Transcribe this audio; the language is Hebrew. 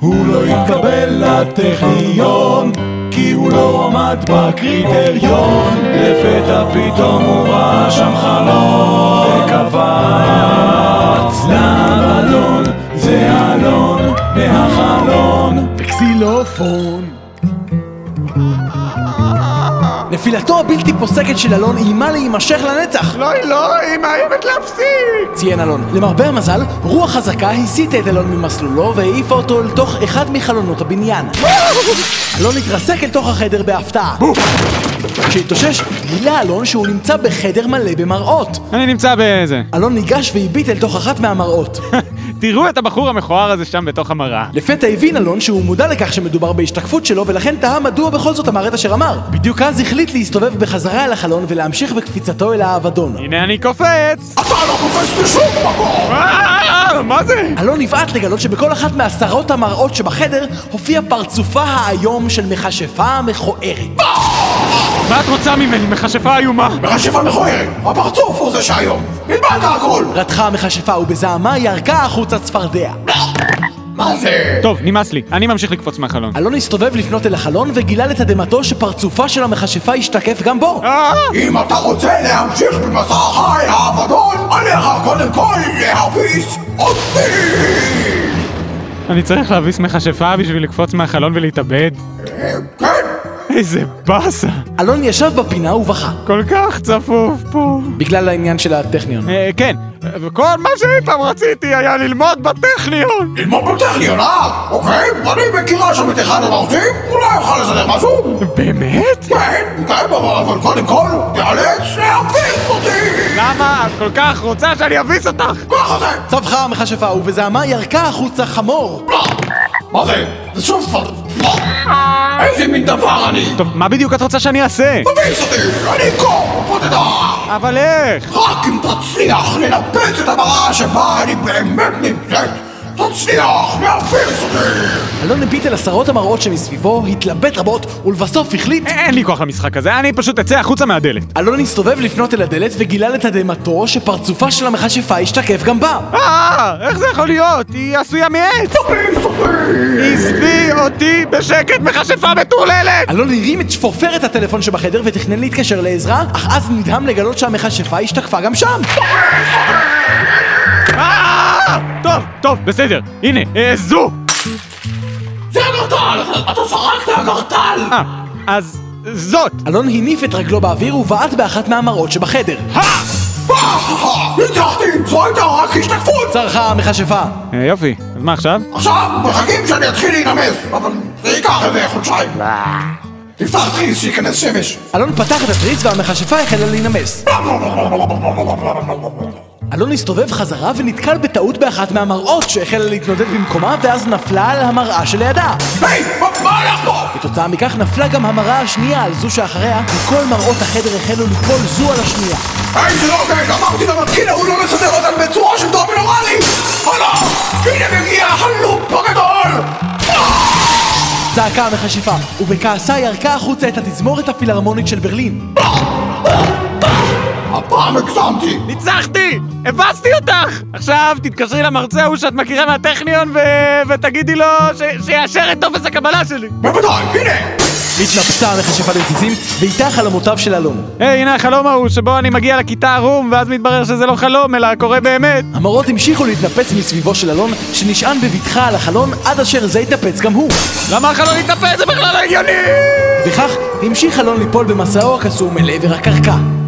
הוא לא יקבל לטכניון כי הוא לא עמד בקריטריון. לפתע פתאום הוא ראה שם חלון וקפץ לבלון. זה אלון מהחלון וקסילופון. נפילתו הבלתי פוסקת של אלון איימה להימשך לנצח. לא, היא מאיימת להפסיק, ציין אלון. למרבה המזל, רוח חזקה הסיטה את אלון ממסלולו והעיפה אותו לתוך אחד מחלונות הבניין. אלון התרסק אל תוך החדר בהפתעה. כשהתאושש, גילה אלון שהוא נמצא בחדר מלא במראות. אני נמצא באיזה. אלון ניגש והביט אל תוך אחת מהמראות. תראו את הבחור המכוער הזה שם בתוך המראה. לפתע הבין אלון שהוא מודע לכך שמדובר בהשתקפות שלו, ולכן תהה מדוע בכל זאת אמר את אשר אמר. בדיוק אז החליט להסתובב בחזרה אל החלון ולהמשיך בקפיצתו אל האבדון. הנה אני קופץ. אתה לא קופץ בשום מקום! מה זה? אלון נבעט לגלות שבכל אחת מעשרות המראות שבחדר הופיע פרצופה האיום של מכשפה מכוערת. מה את רוצה ממני? מכשפה איומה? מכשפה מכוערת! הפרצוף הוא זה שהיום! נלבנת הכל! רתחה המכשפה ובזעמה ירקה החוצה צפרדע. מה זה? טוב, נמאס לי. אני ממשיך לקפוץ מהחלון. אלון הסתובב לפנות אל החלון וגילה לתדהמתו שפרצופה של המכשפה השתקף גם בו. אם אתה רוצה להמשיך במסעך אל האבדון, עליך קודם כל להביס אותי! אני צריך להביס מכשפה בשביל לקפוץ מהחלון ולהתאבד? כן! איזה באסה. אלון ישב בפינה ובכה. כל כך צפוף פה. בגלל העניין של הטכניון. כן, וכל מה שאי פעם רציתי היה ללמוד בטכניון. ללמוד בטכניון, אוקיי, אני מכירה שם את אחד המרצים, אולי אוכל לסדר משהו? באמת? כן, אבל קודם כל, תיאלץ להביס אותי! למה? את כל כך רוצה שאני אביס אותך? ככה זה! צווחה המכשפה ובזעמה ירקה החוצה חמור. מה זה? זה שוב כבר... איזה מין דבר אני? טוב, מה בדיוק את רוצה שאני אעשה? תביס אותי! אני קור! בודדה! אבל איך? רק אם תצליח לנפץ את המראה שבה אני באמת נמצאת, תצליח להביס אותי! אלון הביט אל עשרות המראות שמסביבו, התלבט רבות ולבסוף החליט. אין לי כוח למשחק הזה, אני פשוט אצא החוצה מהדלת. אלון הסתובב לפנות אל הדלת וגילה לתדהמתו שפרצופה של המכשפה השתקף גם בה. איך זה יכול להיות? היא עשויה מעץ! עזבי אותי בשקט, מכשפה מטורללת! אלון הרים את שפופרת הטלפון שבחדר ותכנן להתקשר לעזרה, אך אז נדהם לגלות שהמכשפה השתקפה גם שם. טוב, בסדר, הנה, זו! זה הגרטל! אתה שרקת הגרטל! אז זאת! אלון הניף את רגלו באוויר ובעט באחת מהמראות שבחדר. ניצחתי! זו הייתה רק השתקפות! צרחה המכשפה. יופי, אז מה עכשיו? עכשיו מחכים שאני אתחיל להינמס, אבל זה ייקח איזה חודשיים. תפתח תריס שייכנס שמש. אלון פתח את התריס והמכשפה החלה להינמס. אלון הסתובב חזרה ונתקל בטעות באחת מהמראות שהחלה להתנודד במקומה ואז נפלה על המראה שלידה. היי! מה הלך פה? כתוצאה מכך נפלה גם המראה השנייה על זו שאחריה וכל מראות החדר החלו ליפול זו על השנייה. היי, זה לא עובד! אמרתי למתקין ההוא לא לסדר אותן בצורה של דומינורלי! הלאה! הנה מגיע הלופ הגדול! צעקה המכשפה ובכעסה ירקה החוצה את התזמורת הפילהרמונית של ברלין. הפעם הגזמתי! ניצחתי! הבסתי אותך! עכשיו תתקשרי למרצה ההוא שאת מכירה מהטכניון ותגידי לו שיאשר את טופס הקבלה שלי. בוודאי, הנה! התנפצה המכשפה לרסיסים ואיתה חלומותיו של אלון. הנה החלום ההוא שבו אני מגיע לכיתה הרום ואז מתברר שזה לא חלום אלא קורה באמת. המראות המשיכו להתנפץ מסביבו של אלון שנשען בבטחה על החלון עד אשר זה התנפץ גם הוא. למה החלון התנפץ? זה בכלל לא הגיוני! וכך המשיך אלון ליפול במסעו הקסום אל עבר הקרקע.